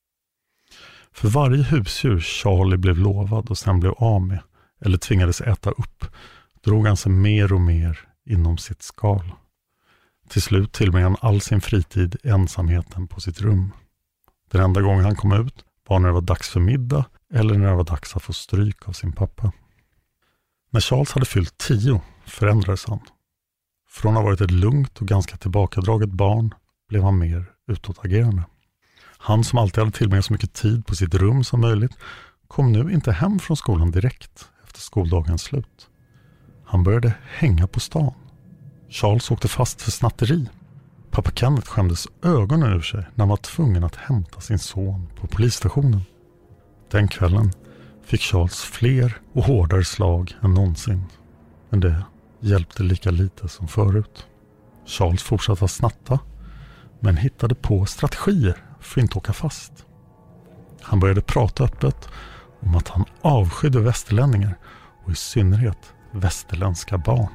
För varje husdjur Charlie blev lovad och sen blev av med eller tvingades äta upp drog han sig mer och mer inom sitt skal. Till slut tillbringade han all sin fritid i ensamheten på sitt rum. Den enda gången han kom ut var när det var dags för middag eller när det var dags att få stryk av sin pappa. När Charles hade fyllt 10 förändrades han. Från att ha varit ett lugnt och ganska tillbakadraget barn blev han mer utåtagerande. Han som alltid hade tillbringat så mycket tid på sitt rum som möjligt kom nu inte hem från skolan direkt efter skoldagens slut. Han började hänga på stan. Charles åkte fast för snatteri. Pappa Kenneth skämdes ögonen ur sig när han var tvungen att hämta sin son på polisstationen. Den kvällen fick Charles fler och hårdare slag än någonsin. Men det hjälpte lika lite som förut. Charles fortsatte att snatta men hittade på strategier för att inte åka fast. Han började prata öppet om att han avskydde västerlänningar och i synnerhet västerländska barn.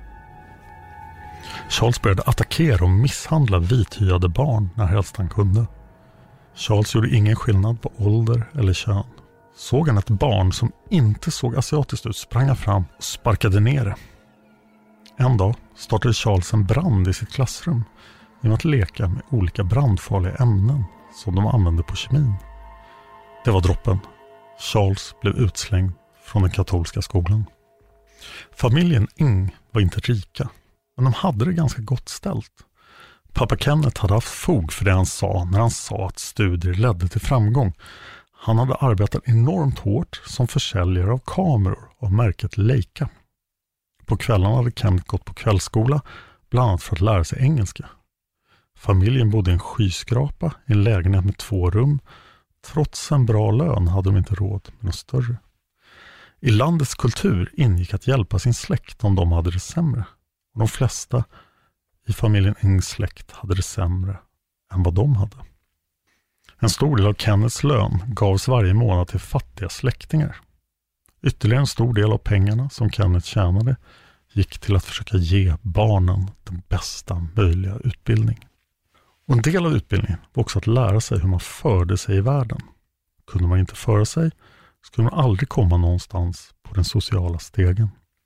Charles började attackera och misshandla vithyade barn när helst han kunde. Charles gjorde ingen skillnad på ålder eller kön. Såg han ett barn som inte såg asiatiskt ut sprang han fram och sparkade ner det. En dag startade Charles en brand i sitt klassrum genom att leka med olika brandfarliga ämnen som de använde på kemin. Det var droppen. Charles blev utslängd från den katolska skolan. Familjen Ing var inte rika, men de hade det ganska gott ställt. Pappa Kenneth hade haft fog för det han sa när han sa att studier ledde till framgång. Han hade arbetat enormt hårt som försäljare av kameror av märket Leica. På kvällarna hade Kenneth gått på kvällsskola, bland annat för att lära sig engelska. Familjen bodde i en skyskrapa i en lägenhet med 2 rum. Trots en bra lön hade de inte råd med något större. I landets kultur ingick att hjälpa sin släkt om de hade det sämre. Och de flesta i familjen Ings släkt hade det sämre än vad de hade. En stor del av Kenneths lön gavs varje månad till fattiga släktingar. Ytterligare en stor del av pengarna som Kenneth tjänade gick till att försöka ge barnen den bästa möjliga utbildning. Och en del av utbildningen var också att lära sig hur man förde sig i världen. Kunde man inte föra sig skulle man aldrig komma någonstans på den sociala stegen.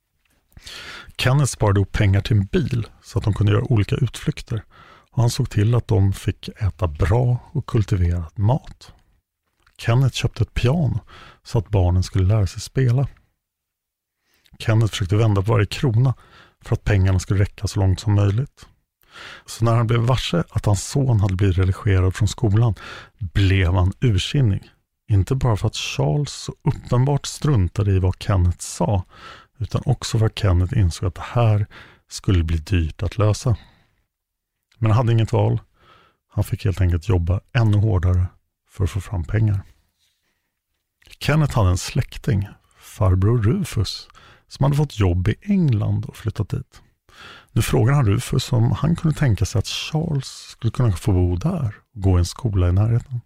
Kenneth sparade upp pengar till en bil så att de kunde göra olika utflykter och han såg till att de fick äta bra och kultiverad mat. Kenneth köpte ett piano så att barnen skulle lära sig spela. Kenneth försökte vända på varje krona för att pengarna skulle räcka så långt som möjligt. Så när han blev varse att hans son hade blivit relegerad från skolan blev han ursinnig. Inte bara för att Charles så uppenbart struntade i vad Kenneth sa utan också för att Kenneth insåg att det här skulle bli dyrt att lösa. Men han hade inget val. Han fick helt enkelt jobba ännu hårdare för att få fram pengar. Kenneth hade en släkting, farbror Rufus, som hade fått jobb i England och flyttat dit. Nu frågade han Rufus om han kunde tänka sig att Charles skulle kunna få bo där och gå i en skola i närheten.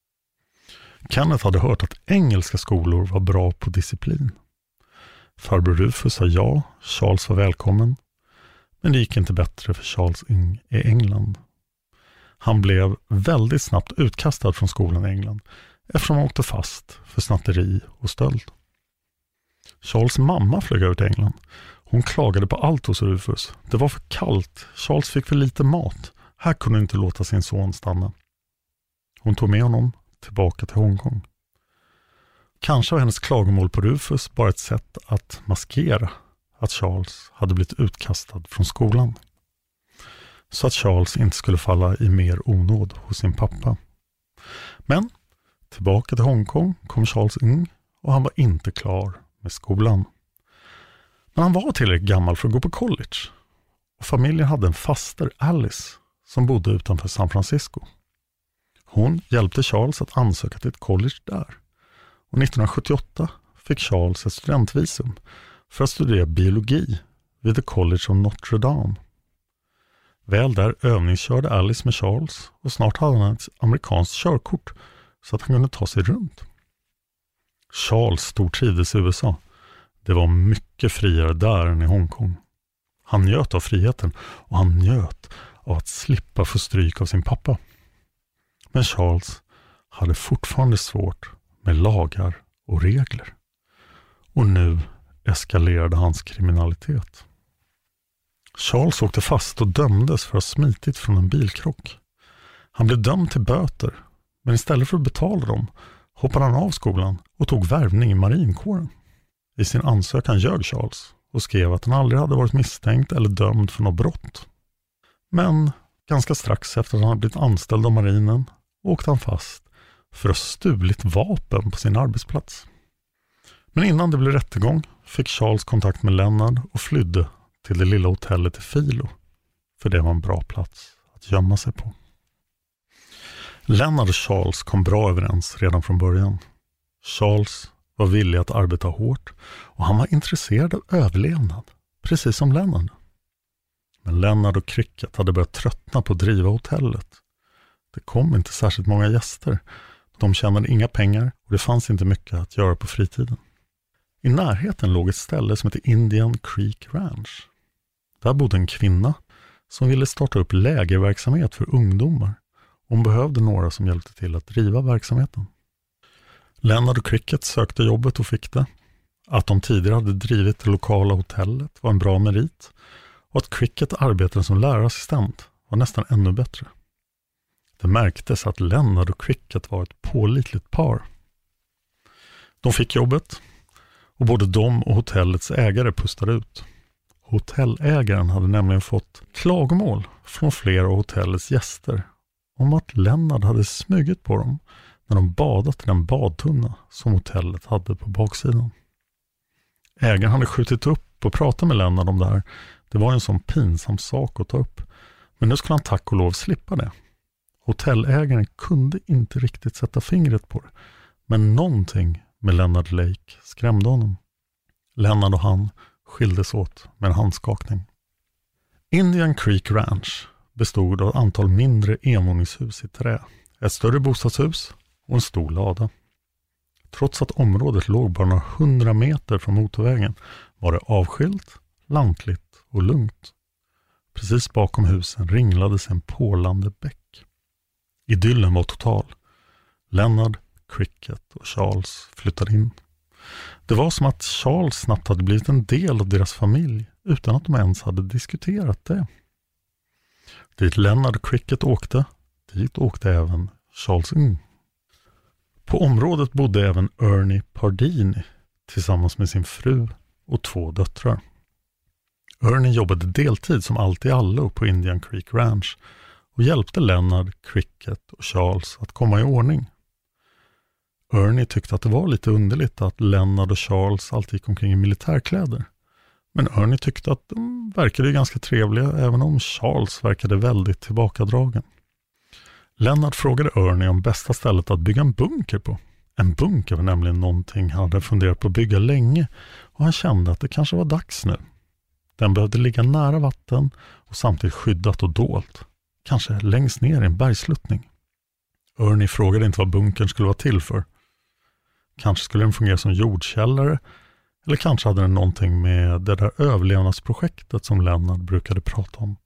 Kenneth hade hört att engelska skolor var bra på disciplin. Farbror Rufus sa ja, Charles var välkommen. Men det gick inte bättre för Charles Ing i England. Han blev väldigt snabbt utkastad från skolan i England eftersom han åkte fast för snatteri och stöld. Charles mamma flög över till England. Hon klagade på allt hos Rufus. Det var för kallt. Charles fick för lite mat. Här kunde hon inte låta sin son stanna. Hon tog med honom tillbaka till Hongkong. Kanske var hennes klagomål på Rufus bara ett sätt att maskera att Charles hade blivit utkastad från skolan. Så att Charles inte skulle falla i mer onåd hos sin pappa. Men tillbaka till Hongkong kom Charles Ng och han var inte klar med skolan. Men han var tillräckligt gammal för att gå på college. Och familjen hade en faster, Alice, som bodde utanför San Francisco. Hon hjälpte Charles att ansöka till ett college där. Och 1978 fick Charles ett studentvisum för att studera biologi vid The College of Notre Dame. Väl där övningskörde Alice med Charles och snart hade han ett amerikanskt körkort så att han kunde ta sig runt. Charles stortrivdes i USA. Det var mycket friare där än i Hongkong. Han njöt av friheten och han njöt av att slippa få stryk av sin pappa. Men Charles hade fortfarande svårt med lagar och regler. Och nu eskalerade hans kriminalitet. Charles åkte fast och dömdes för att ha smitit från en bilkrock. Han blev dömd till böter, men istället för att betala dem hoppade han av skolan och tog värvning i marinkåren. I sin ansökan ljög Charles och skrev att han aldrig hade varit misstänkt eller dömd för något brott. Men ganska strax efter att han hade blivit anställd av marinen åkte han fast för att ha stulit vapen på sin arbetsplats. Men innan det blev rättegång fick Charles kontakt med Leonard och flydde till det lilla hotellet i Filo, för det var en bra plats att gömma sig på. Leonard och Charles kom bra överens redan från början. Charles var villig att arbeta hårt och han var intresserad av överlevnad, precis som Leonard. Men Leonard och Cricket hade börjat tröttna på att driva hotellet. Det kom inte särskilt många gäster. De tjänade inga pengar och det fanns inte mycket att göra på fritiden. I närheten låg ett ställe som heter Indian Creek Ranch. Där bodde en kvinna som ville starta upp lägerverksamhet för ungdomar. Hon behövde några som hjälpte till att driva verksamheten. Leonard och Cricket sökte jobbet och fick det. Att de tidigare hade drivit det lokala hotellet var en bra merit. Och att Cricket arbetade som lärarassistent var nästan ännu bättre. Det märktes att Leonard och Cricket var ett pålitligt par. De fick jobbet och både de och hotellets ägare pustade ut. Hotellägaren hade nämligen fått klagomål från flera av hotellets gäster om att Leonard hade smugit på dem när de badat i den badtunna som hotellet hade på baksidan. Ägaren hade skjutit upp och pratat med Leonard om det här. Det var en sån pinsam sak att ta upp. Men nu skulle han tack och lov slippa det. Hotellägaren kunde inte riktigt sätta fingret på det. Men någonting med Leonard Lake skrämde honom. Leonard och han skildes åt med en handskakning. Indian Creek Ranch bestod av ett antal mindre envåningshus i trä. Ett större bostadshus och en stor lada. Trots att området låg bara några 100 meter från motorvägen var det avskilt, lantligt och lugnt. Precis bakom husen ringlades en pålande bäck. Idyllen var total. Leonard, Cricket och Charles flyttade in. Det var som att Charles snabbt hade blivit en del av deras familj utan att de ens hade diskuterat det. Dit Leonard och Cricket åkte, dit åkte även Charles Ng. På området bodde även Ernie Pardini tillsammans med sin fru och 2 döttrar. Ernie jobbade deltid som allt i allo på Indian Creek Ranch och hjälpte Leonard, Cricket och Charles att komma i ordning. Ernie tyckte att det var lite underligt att Leonard och Charles alltid gick omkring i militärkläder. Men Ernie tyckte att de verkade ganska trevliga även om Charles verkade väldigt tillbakadragen. Leonard frågade Ernie om bästa stället att bygga en bunker på. En bunker var nämligen någonting han hade funderat på att bygga länge och han kände att det kanske var dags nu. Den behövde ligga nära vatten och samtidigt skyddat och dolt. Kanske längst ner i en bergsluttning. Ernie frågade inte vad bunkern skulle vara till för. Kanske skulle den fungera som jordkällare eller kanske hade den någonting med det där överlevnadsprojektet som Leonard brukade prata om.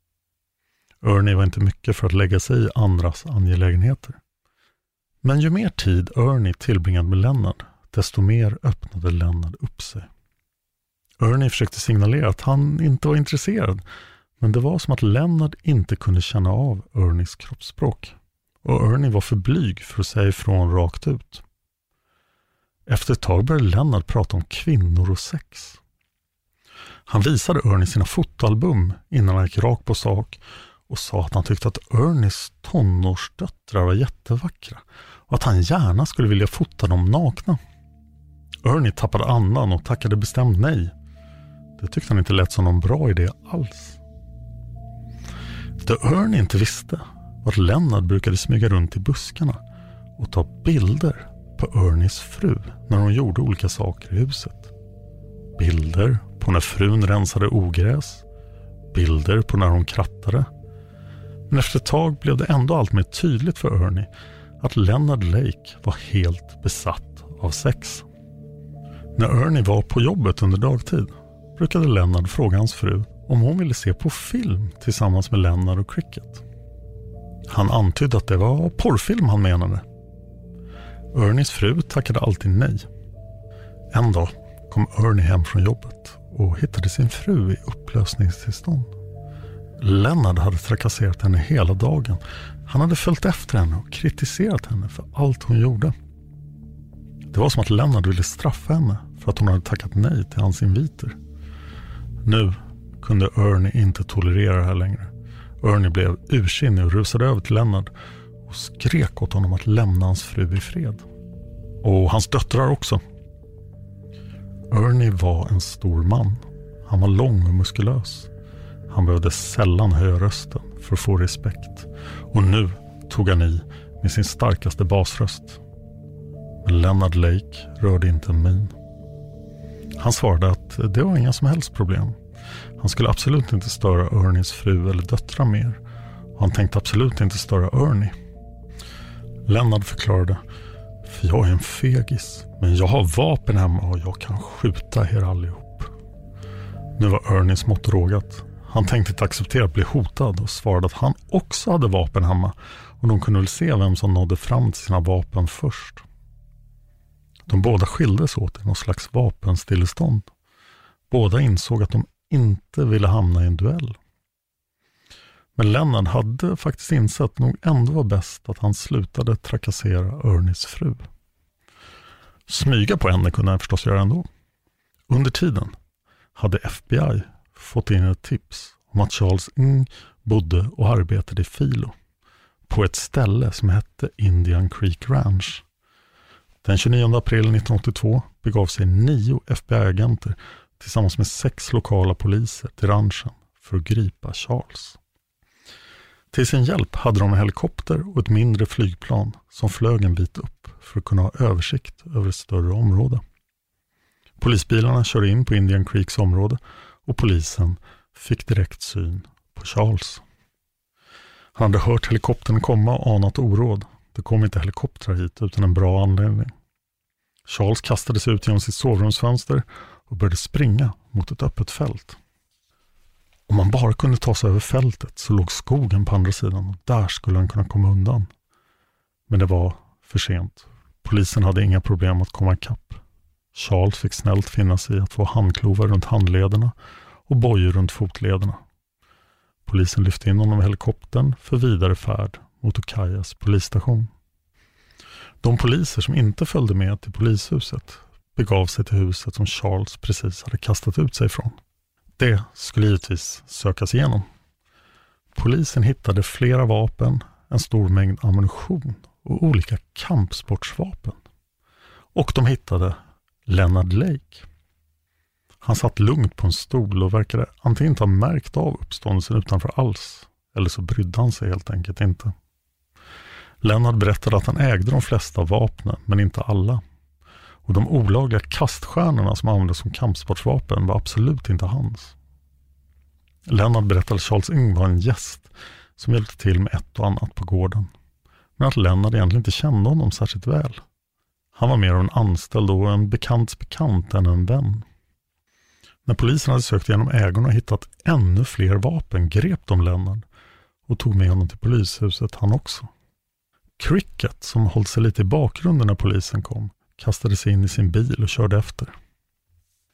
Ernie var inte mycket för att lägga sig i andras angelägenheter. Men ju mer tid Ernie tillbringade med Leonard, desto mer öppnade Leonard upp sig. Ernie försökte signalera att han inte var intresserad, men det var som att Leonard inte kunde känna av Ernies kroppsspråk. Och Ernie var för blyg för att säga ifrån rakt ut. Efter ett tag började Leonard prata om kvinnor och sex. Han visade Ernie sina fotoalbum innan han gick rakt på sak och sa att han tyckte att Ernies tonårsdöttrar var jättevackra och att han gärna skulle vilja fota dem nakna. Ernie tappade andan och tackade bestämt nej. Det tyckte han inte lät som någon bra idé alls. Det Ernie inte visste var att Leonard brukade smyga runt i buskarna och ta bilder på Ernies fru när hon gjorde olika saker i huset. Bilder på när frun rensade ogräs, bilder på när hon krattade. Men efter ett tag blev det ändå allt mer tydligt för Ernie att Leonard Lake var helt besatt av sex. När Ernie var på jobbet under dagtid brukade Leonard fråga hans fru om hon ville se på film tillsammans med Leonard och Cricket. Han antydde att det var porrfilm han menade. Ernies fru tackade alltid nej. En dag kom Ernie hem från jobbet och hittade sin fru i upplösningstillstånd. Leonard hade trakasserat henne hela dagen. Han hade följt efter henne och kritiserat henne för allt hon gjorde. Det var som att Leonard ville straffa henne för att hon hade tackat nej till hans inviter. Nu kunde Ernie inte tolerera det här längre. Ernie blev ursinnig och rusade över till Leonard och skrek åt honom att lämna hans fru i fred. Och hans döttrar också. Ernie var en stor man. Han var lång och muskulös. Han behövde sällan höja rösten för att få respekt. Och nu tog han i med sin starkaste basröst. Men Leonard Lake rörde inte en min. Han svarade att det var inga som helst problem. Han skulle absolut inte störa Ernies fru eller döttrar mer. Och han tänkte absolut inte störa Ernie. Leonard förklarade: för jag är en fegis, men jag har vapen hemma och jag kan skjuta er allihop. Nu var Ernie smått rågat. Han tänkte inte acceptera att bli hotad och svarade att han också hade vapen hemma och de kunde väl se vem som nådde fram till sina vapen först. De båda skildes åt i någon slags vapenstillestånd. Båda insåg att de inte ville hamna i en duell. Men Leonard hade faktiskt insett att nog ändå var bäst att han slutade trakassera Ernies fru. Smyga på henne kunde han förstås göra ändå. Under tiden hade FBI fått in ett tips om att Charles Ng bodde och arbetade i Philo på ett ställe som hette Indian Creek Ranch. Den 29 april 1982 begav sig 9 FBI-agenter tillsammans med 6 lokala poliser till ranchen för att gripa Charles. Till sin hjälp hade de en helikopter och ett mindre flygplan som flög en bit upp för att kunna ha översikt över ett större område. Polisbilarna körde in på Indian Creeks område och polisen fick direkt syn på Charles. Han hade hört helikoptern komma och anat oråd. Det kom inte helikoptrar hit utan en bra anledning. Charles kastades ut genom sitt sovrumsfönster och började springa mot ett öppet fält. Om man bara kunde ta sig över fältet så låg skogen på andra sidan och där skulle han kunna komma undan. Men det var för sent. Polisen hade inga problem att komma ikapp. Charles fick snällt finna sig i att få handklovar runt handlederna och bojor runt fotlederna. Polisen lyfte in honom i helikoptern för vidare färd mot Ukiahs polisstation. De poliser som inte följde med till polishuset begav sig till huset som Charles precis hade kastat ut sig från. Det skulle givetvis sökas igenom. Polisen hittade flera vapen, en stor mängd ammunition och olika kampsportsvapen. Och de hittade Leonard Lake. Han satt lugnt på en stol och verkade antingen inte ha märkt av uppståndelsen utanför alls, eller så brydde han sig helt enkelt inte. Leonard berättade att han ägde de flesta vapnen, men inte alla. Och de olagliga kaststjärnorna som användes som kampsportsvapen var absolut inte hans. Leonard berättade att Charles Ng var en gäst som hjälpte till med ett och annat på gården. Men att Leonard egentligen inte kände honom särskilt väl. Han var mer av en anställd och en bekants bekant än en vän. När polisen hade sökt igenom ägorna och hittat ännu fler vapen grep de Leonard och tog med honom till polishuset han också. Cricket, som höll sig lite i bakgrunden när polisen kom, kastade sig in i sin bil och körde efter.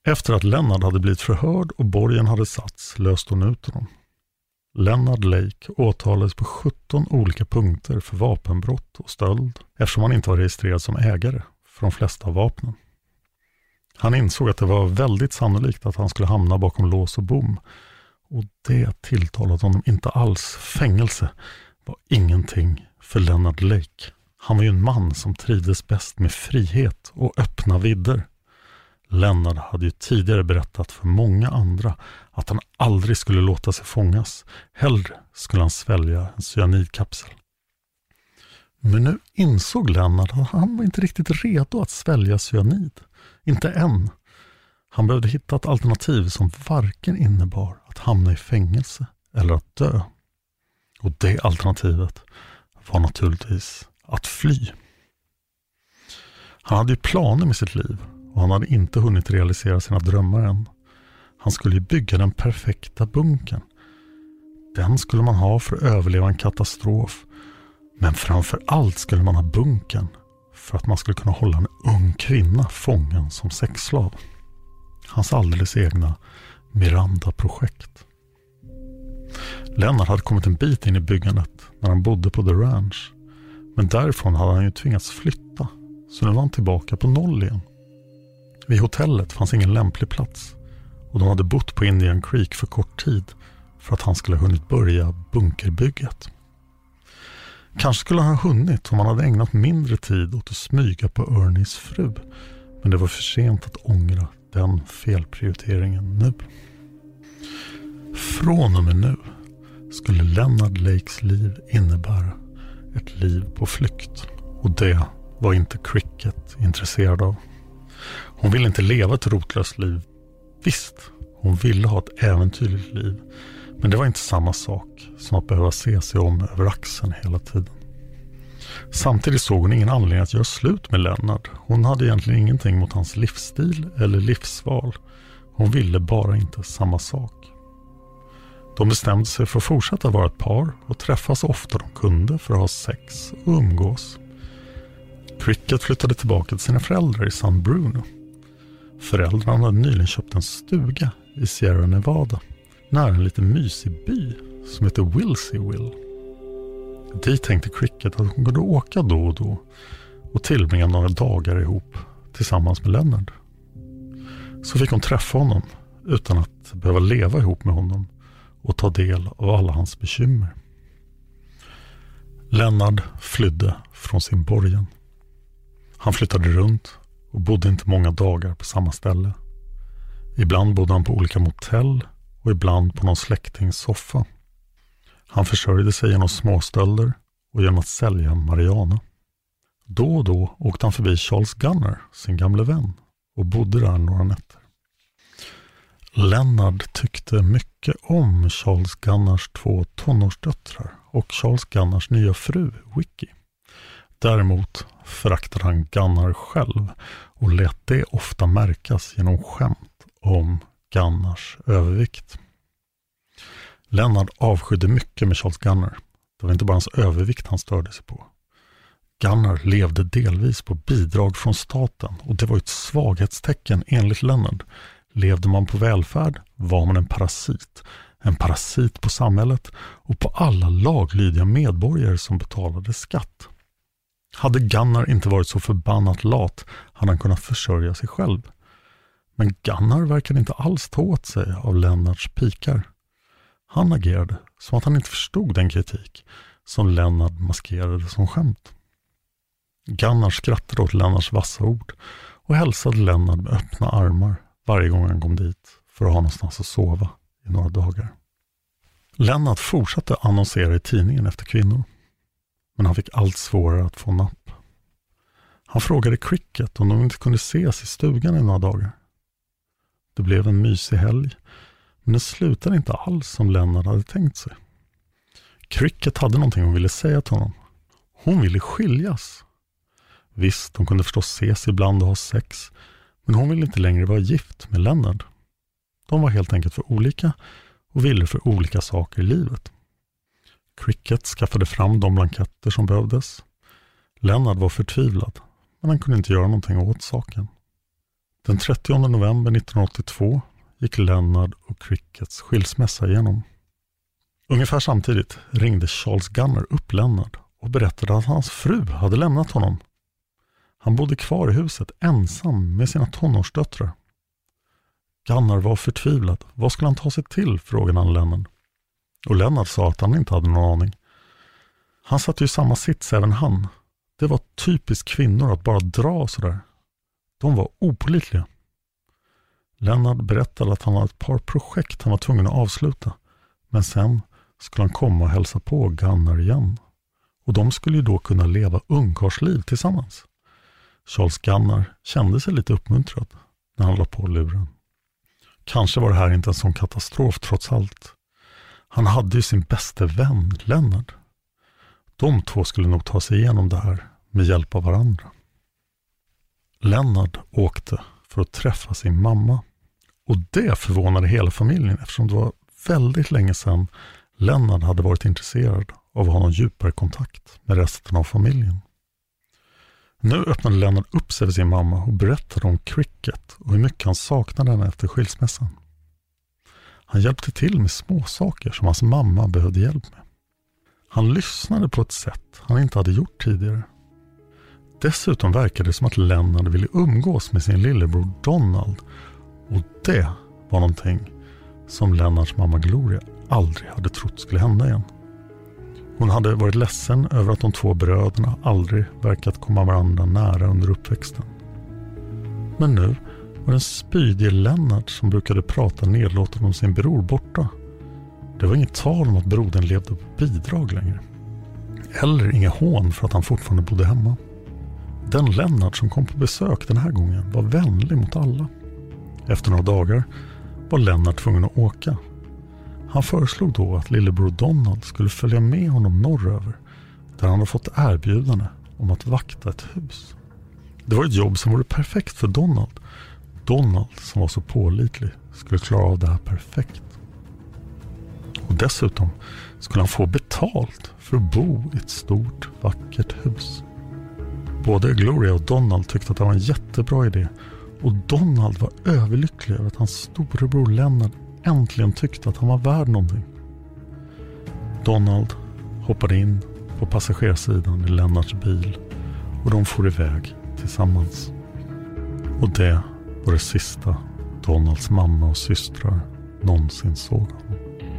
Efter att Leonard hade blivit förhörd och borgen hade satts löste hon ut honom. Leonard Lake åtalades på 17 olika punkter för vapenbrott och stöld eftersom han inte var registrerad som ägare för de flesta av vapnen. Han insåg att det var väldigt sannolikt att han skulle hamna bakom lås och bom, och det tilltalade honom inte alls. Fängelse var ingenting för Leonard Lake. Han var ju en man som trivdes bäst med frihet och öppna vidder. Leonard hade ju tidigare berättat för många andra att han aldrig skulle låta sig fångas. Hellre skulle han svälja en cyanidkapsel. Men nu insåg Leonard att han var inte riktigt redo att svälja cyanid. Inte än. Han behövde hitta ett alternativ som varken innebar att hamna i fängelse eller att dö. Och det alternativet var naturligtvis att fly. Han hade ju planer med sitt liv och han hade inte hunnit realisera sina drömmar än. Han skulle ju bygga den perfekta bunkern. Den skulle man ha för att överleva en katastrof. Men framför allt skulle man ha bunkern för att man skulle kunna hålla en ung kvinna fången som sexslav. Hans alldeles egna Miranda-projekt. Leonard hade kommit en bit in i byggandet när han bodde på The Ranch. Men därifrån hade han ju tvingats flytta, så nu var han tillbaka på noll igen. Vid hotellet fanns ingen lämplig plats och de hade bott på Indian Creek för kort tid för att han skulle ha hunnit börja bunkerbygget. Kanske skulle han ha hunnit om han hade ägnat mindre tid åt att smyga på Ernies fru, men det var för sent att ångra den felprioriteringen nu. Från och med nu skulle Leonard Lakes liv innebära ett liv på flykt, och det var inte Cricket intresserad av. Hon ville inte leva ett rotlöst liv. Visst, hon ville ha ett äventyrligt liv, men det var inte samma sak som att behöva se sig om över axeln hela tiden. Samtidigt såg hon ingen anledning att göra slut med Leonard. Hon hade egentligen ingenting mot hans livsstil eller livsval. Hon ville bara inte samma sak. De bestämde sig för att fortsätta vara ett par och träffas så ofta de kunde för att ha sex och umgås. Cricket flyttade tillbaka till sina föräldrar i San Bruno. Föräldrarna hade nyligen köpt en stuga i Sierra Nevada, nära en liten mysig by som heter Wilseyville. Dit tänkte Cricket att hon kunde åka då och då och tillbringa några dagar ihop tillsammans med Leonard. Så fick hon träffa honom utan att behöva leva ihop med honom och ta del av alla hans bekymmer. Leonard flydde från sin borgen. Han flyttade runt och bodde inte många dagar på samma ställe. Ibland bodde han på olika motell och ibland på någon släktings soffa. Han försörjde sig genom småstölder och genom att sälja marijuana. Då och då åkte han förbi Charles Gunner, sin gamle vän, och bodde där några nätter. Leonard tyckte mycket om Charles Gunners 2 tonårsdöttrar och Charles Gunners nya fru, Vicky. Däremot föraktade han Gunnar själv och lät det ofta märkas genom skämt om Gunnars övervikt. Leonard avskydde mycket med Charles Gunner. Det var inte bara hans övervikt han störde sig på. Gunnar levde delvis på bidrag från staten och det var ett svaghetstecken enligt Leonard. Levde man på välfärd var man en parasit. En parasit på samhället och på alla laglydiga medborgare som betalade skatt. Hade Gunnar inte varit så förbannat lat hade han kunnat försörja sig själv. Men Gunnar verkade inte alls ta åt sig av Leonards pikar. Han agerade som att han inte förstod den kritik som Leonard maskerade som skämt. Gunnar skrattade åt Leonards vassa ord och hälsade Leonard med öppna armar varje gång han kom dit för att ha någonstans att sova i några dagar. Leonard fortsatte annonsera i tidningen efter kvinnor, men han fick allt svårare att få napp. Han frågade Cricket om de inte kunde ses i stugan i några dagar. Det blev en mysig helg, men det slutade inte alls som Leonard hade tänkt sig. Cricket hade någonting hon ville säga till honom. Hon ville skiljas. Visst, de kunde förstås ses ibland och ha sex, men hon ville inte längre vara gift med Leonard. De var helt enkelt för olika och ville för olika saker i livet. Cricket skaffade fram de blanketter som behövdes. Leonard var förtvivlad, men han kunde inte göra någonting åt saken. Den 30 november 1982 gick Leonard och Crickets skilsmässa igenom. Ungefär samtidigt ringde Charles Gunnar upp Leonard och berättade att hans fru hade lämnat honom. Han bodde kvar i huset ensam med sina tonårsdöttrar. Gunnar var förtvivlad. Vad skulle han ta sig till, frågade han Leonard. Och Leonard sa att han inte hade någon aning. Han satt ju i samma sits även han. Det var typiskt kvinnor att bara dra sådär. De var opålitliga. Leonard berättade att han hade ett par projekt han var tvungen att avsluta. Men sen skulle han komma och hälsa på Gunnar igen. Och de skulle ju då kunna leva ungkarlsliv tillsammans. Charles Gunnar kände sig lite uppmuntrad när han la på luren. Kanske var det här inte en sån katastrof trots allt. Han hade ju sin bästa vän, Leonard. De två skulle nog ta sig igenom det här med hjälp av varandra. Leonard åkte för att träffa sin mamma. Och det förvånade hela familjen eftersom det var väldigt länge sedan Leonard hade varit intresserad av att ha någon djupare kontakt med resten av familjen. Nu öppnade Leonard upp sig för sin mamma och berättade om Cricket och hur mycket han saknade henne efter skilsmässan. Han hjälpte till med små saker som hans mamma behövde hjälp med. Han lyssnade på ett sätt han inte hade gjort tidigare. Dessutom verkade det som att Leonard ville umgås med sin lillebror Donald. Och det var någonting som Leonards mamma Gloria aldrig hade trott skulle hända igen. Hon hade varit ledsen över att de två bröderna aldrig verkat komma varandra nära under uppväxten. Men nu var den spydige Leonard som brukade prata nedlåtande om sin bror borta. Det var inget tal om att brodern levde på bidrag längre. Eller inga hån för att han fortfarande bodde hemma. Den Leonard som kom på besök den här gången var vänlig mot alla. Efter några dagar var Leonard tvungen att åka. Han föreslog då att lillebror Donald skulle följa med honom norröver, där han hade fått erbjudande om att vakta ett hus. Det var ett jobb som vore perfekt för Donald. Donald, som var så pålitlig, skulle klara av det här perfekt. Och dessutom skulle han få betalt för att bo i ett stort, vackert hus. Både Gloria och Donald tyckte att det var en jättebra idé. Och Donald var överlycklig över att hans storebror Leonard äntligen tyckte att han var värd någonting. Donald hoppade in på passagerarsidan i Leonards bil och de for iväg tillsammans. Och det var det sista Donalds mamma och systrar någonsin såg honom.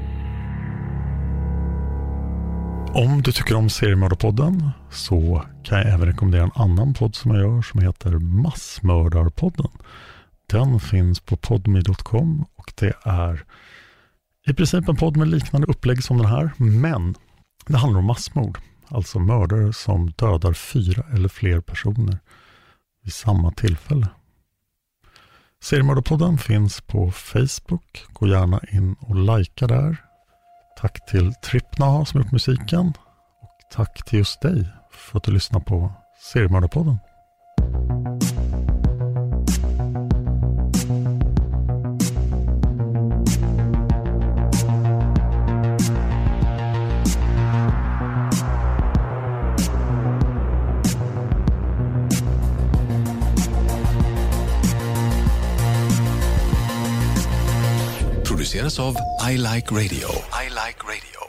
Om du tycker om Seriemördarpodden så kan jag även rekommendera en annan podd som jag gör som heter Massmördarpodden. Den finns på podme.com och det är i princip en podd med liknande upplägg som den här, men det handlar om massmord. Alltså mördare som dödar 4 eller fler personer vid samma tillfälle. Seriemördarpodden finns på Facebook. Gå gärna in och likea där. Tack till Trippna som gjort musiken. Och tack till just dig för att du lyssnar på Seriemördarpodden. Produceras av I Like Radio. I Like Radio.